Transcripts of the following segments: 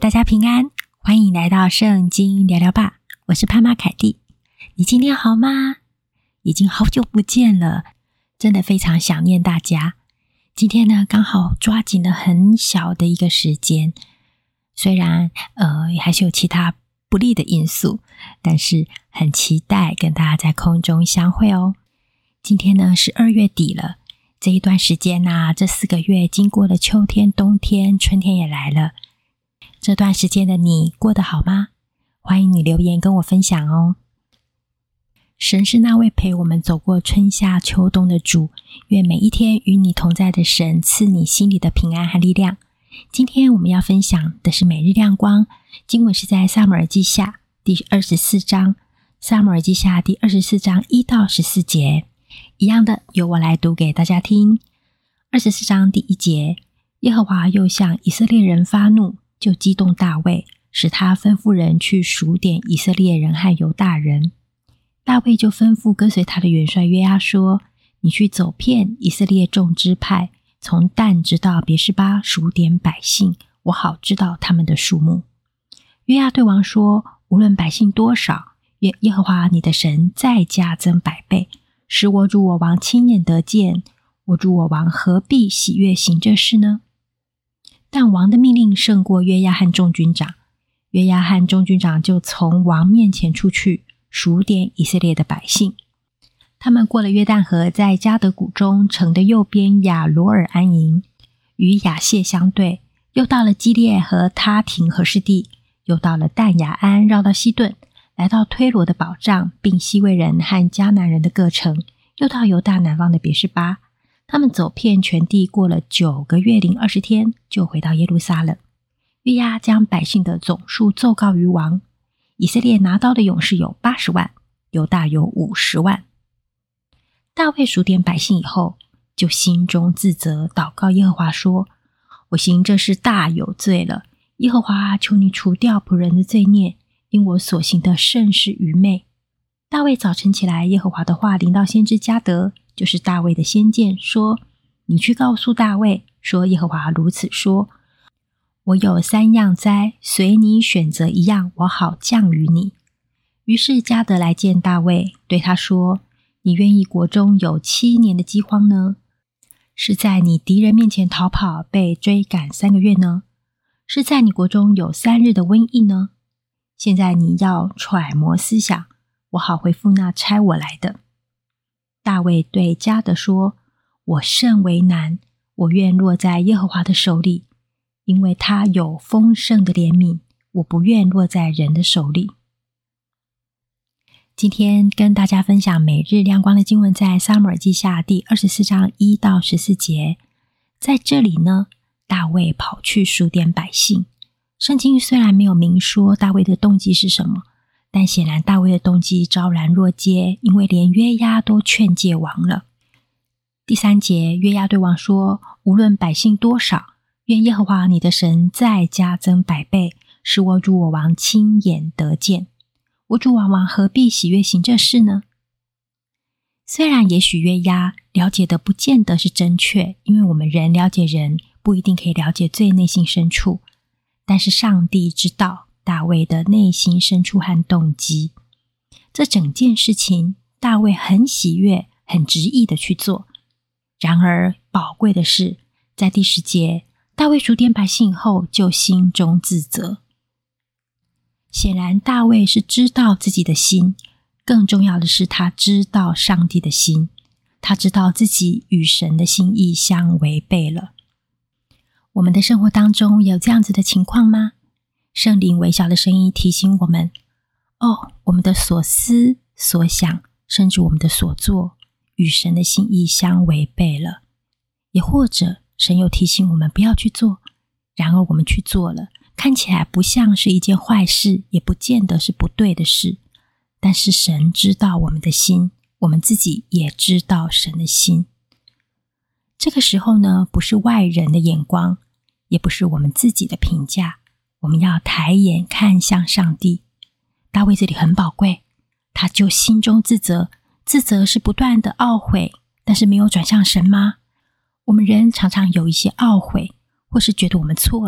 大家平安，欢迎来到圣经聊聊吧，我是潘妈凯蒂。你今天好吗？已经好久不见了，真的非常想念大家。今天呢，刚好抓紧了很小的一个时间，虽然还是有其他不利的因素，但是很期待跟大家在空中相会哦。今天呢是2月底了，这一段时间啊，这4个月经过了秋天、冬天，春天也来了。这段时间的你过得好吗？欢迎你留言跟我分享哦。神是那位陪我们走过春夏秋冬的主，愿每一天与你同在的神赐你心里的平安和力量。今天我们要分享的是每日亮光，经文是在撒母耳记下第24章，撒母耳记下第24章1到14节。一样的，由我来读给大家听。24章第1节，耶和华又向以色列人发怒，就激动大卫，使他吩咐人去数点以色列人和犹大人。大卫就吩咐跟随他的元帅约押说，你去走遍以色列众支派，从但直到别是巴数点百姓，我好知道他们的数目。约押对王说，无论百姓多少，愿耶和华你的神再加增100倍，使我主我王亲眼得见，我主我王何必喜悦行这事呢？但王的命令胜过约押和众军长，约押和众军长就从王面前出去，数点以色列的百姓。他们过了约旦河，在迦得谷中城的右边亚罗尔安营，与亚谢相对，又到了基列和他廷和士地，又到了但雅安，绕到西顿，来到推罗的保障，并西魏人和迦南人的各城，又到犹大南方的别是巴。他们走遍全地，过了9个月零20天，就回到耶路撒冷。约押将百姓的总数奏告于王。以色列拿刀的勇士有80万，犹大有50万。大卫数点百姓以后，就心中自责，祷告耶和华说，我行这事大有罪了，耶和华求你除掉仆人的罪孽，因我所行的甚是愚昧。大卫早晨起来，耶和华的话临到先知迦得，就是大卫的先见，说，你去告诉大卫说，耶和华如此说，我有3样灾，随你选择一样，我好降于你。于是迦得来见大卫，对他说，你愿意国中有7年的饥荒呢？是在你敌人面前逃跑，被追赶3个月呢？是在你国中有3日的瘟疫呢？现在你要揣摩思想，我好回复那差我来的。大卫对迦得说，我甚为难，我愿落在耶和华的手里，因为他有丰盛的怜悯，我不愿落在人的手里。今天跟大家分享每日亮光的经文，在撒母耳记下第24章1到14节。在这里呢，大卫跑去数点百姓。圣经虽然没有明说大卫的动机是什么，但显然大卫的动机昭然若揭，因为连约押都劝诫王了。第3节，约押对王说，无论百姓多少，愿耶和华你的神再加增100倍，使我主我王亲眼得见。我主我王何必喜悦行这事呢？虽然也许约押了解的不见得是正确，因为我们人了解人，不一定可以了解最内心深处，但是上帝知道大卫的内心深处和动机。这整件事情，大卫很喜悦，很执意的去做。然而宝贵的是，在第10节，大卫数点百姓以后，就心中自责。显然大卫是知道自己的心，更重要的是他知道上帝的心，他知道自己与神的心意相违背了。我们的生活当中有这样子的情况吗？圣灵微小的声音提醒我们，我们的所思所想，甚至我们的所做，与神的心意相违背了。也或者神有提醒我们不要去做，然而我们去做了，看起来不像是一件坏事，也不见得是不对的事，但是神知道我们的心，我们自己也知道神的心。这个时候呢，不是外人的眼光，也不是我们自己的评价，我们要抬眼看向上帝。大卫这里很宝贵，他就心中自责，自责是不断的懊悔，但是没有转向神吗？我们人常常有一些懊悔，或是觉得我们错了，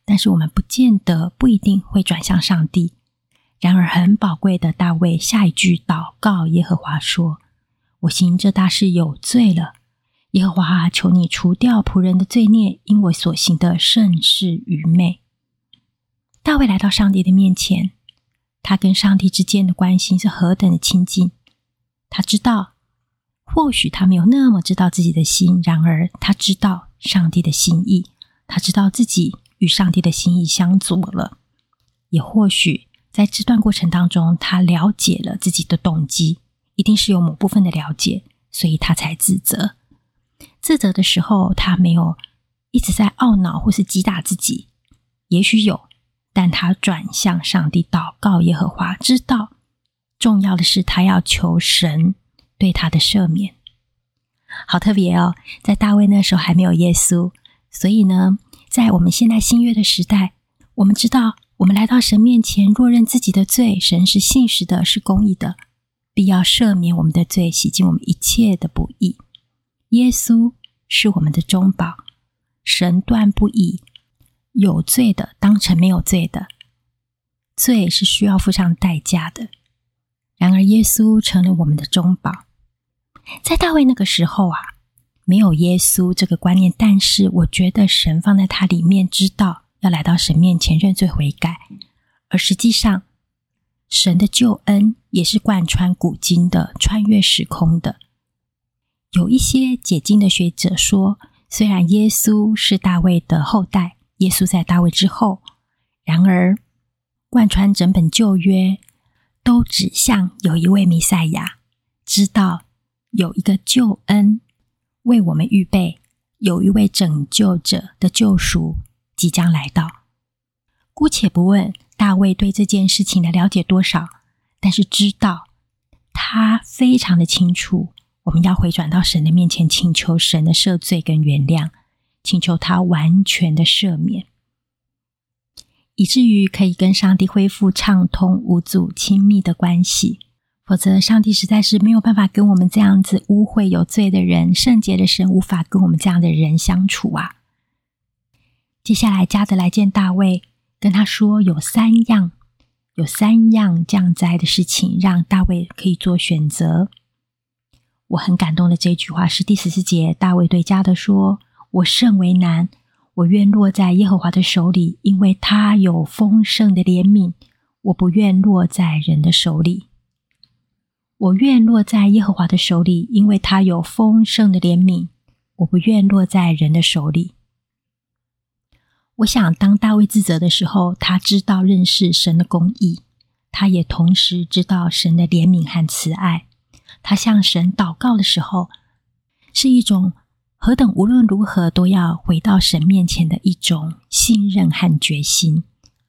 但是我们不一定会转向上帝。然而很宝贵的，大卫下一句祷告耶和华说，我行这大事有罪了，耶和华求你除掉仆人的罪孽，因我所行的甚是愚昧。大卫来到上帝的面前，他跟上帝之间的关系是何等的亲近。他知道，或许他没有那么知道自己的心，然而他知道上帝的心意，他知道自己与上帝的心意相左了。也或许在这段过程当中，他了解了自己的动机，一定是有某部分的了解，所以他才自责。自责的时候，他没有一直在懊恼或是击打自己，也许有，但他转向上帝祷告耶和华，知道重要的是他要求神对他的赦免。好特别哦，在大卫那时候还没有耶稣，所以呢，在我们现在新约的时代，我们知道我们来到神面前，若认自己的罪，神是信实的，是公义的，必要赦免我们的罪，洗净我们一切的不义。耶稣是我们的中保，神断不以有罪的当成没有罪的，罪是需要付上代价的。然而耶稣成了我们的中保。在大卫那个时候没有耶稣这个观念，但是我觉得神放在他里面，知道要来到神面前认罪悔改。而实际上神的救恩也是贯穿古今的，穿越时空的。有一些解经的学者说，虽然耶稣是大卫的后代，耶稣在大卫之后，然而贯穿整本旧约都指向有一位弥赛亚，知道有一个救恩为我们预备，有一位拯救者的救赎即将来到。姑且不问大卫对这件事情的了解多少，但是知道他非常的清楚，我们要回转到神的面前，请求神的赦罪跟原谅，请求他完全的赦免，以至于可以跟上帝恢复畅通无阻亲密的关系。否则上帝实在是没有办法跟我们这样子污秽有罪的人，圣洁的神无法跟我们这样的人相处接下来迦得来见大卫，跟他说有三样降灾的事情，让大卫可以做选择。我很感动的这句话是第14节，大卫对迦得说，我甚为难，我愿落在耶和华的手里，因为他有丰盛的怜悯，我不愿落在人的手里。我愿落在耶和华的手里，因为他有丰盛的怜悯，我不愿落在人的手里。我想当大卫自责的时候，他知道认识神的公义，他也同时知道神的怜悯和慈爱。他向神祷告的时候，是一种何等无论如何都要回到神面前的一种信任和决心。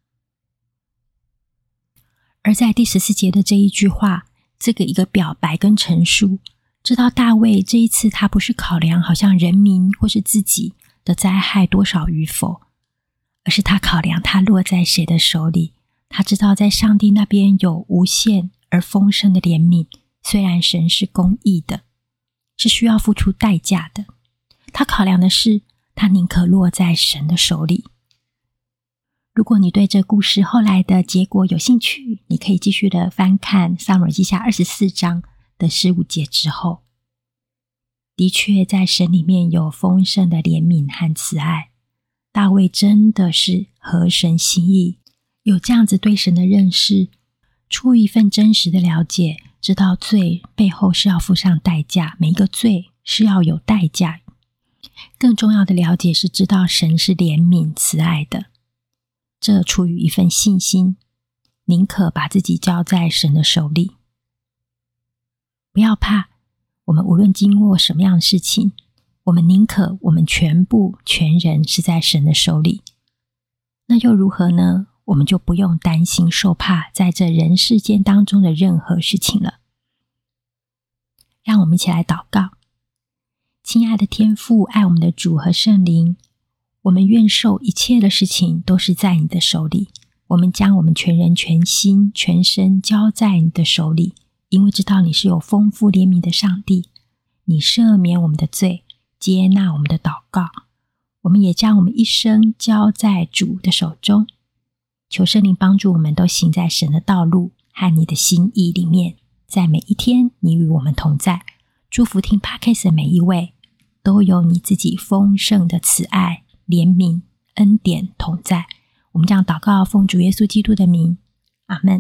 而在第14节的这一句话，这个一个表白跟陈述，知道大卫这一次他不是考量好像人民或是自己的灾害多少与否，而是他考量他落在谁的手里。他知道在上帝那边有无限而丰盛的怜悯，虽然神是公义的，是需要付出代价的，他考量的是他宁可落在神的手里。如果你对这故事后来的结果有兴趣，你可以继续的翻看撒母耳记下24章的15节之后。的确在神里面有丰盛的怜悯和慈爱，大卫真的是合神心意，有这样子对神的认识，出于一份真实的了解，知道罪背后是要付上代价，每一个罪是要有代价。更重要的了解是知道神是怜悯慈爱的，这出于一份信心，宁可把自己交在神的手里。不要怕，我们无论经过什么样的事情，我们宁可我们全部全人是在神的手里。那又如何呢？我们就不用担心受怕在这人世间当中的任何事情了。让我们一起来祷告。亲爱的天父，爱我们的主和圣灵，我们愿受一切的事情都是在你的手里，我们将我们全人全心全身交在你的手里，因为知道你是有丰富怜悯的上帝，你赦免我们的罪，接纳我们的祷告。 我们也将我们一生交在主的手中，求圣灵帮助我们都行在神的道路和你的心意里面，在每一天你与我们同在。祝福听 Podcast 的每一位，都有你自己丰盛的慈爱、怜悯、恩典同在。我们将祷告奉主耶稣基督的名，阿们。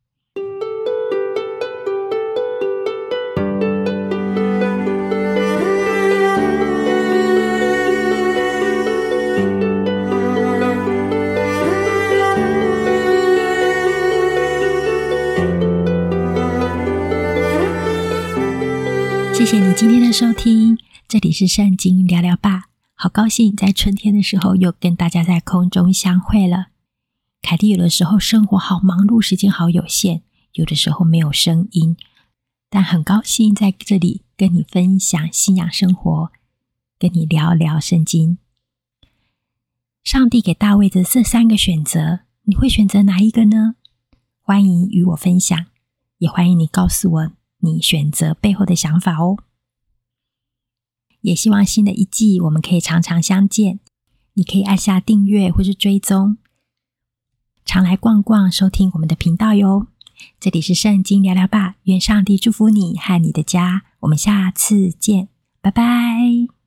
谢谢你今天的收听，这里是圣经聊聊吧，好高兴在春天的时候又跟大家在空中相会了。凯蒂有的时候生活好忙碌，时间好有限，有的时候没有声音，但很高兴在这里跟你分享信仰生活，跟你聊聊圣经。上帝给大卫的这3个选择，你会选择哪一个呢？欢迎与我分享，也欢迎你告诉我你选择背后的想法哦。也希望新的一季我们可以常常相见，你可以按下订阅或是追踪，常来逛逛收听我们的频道哟。这里是圣经聊聊吧，愿上帝祝福你和你的家，我们下次见，拜拜。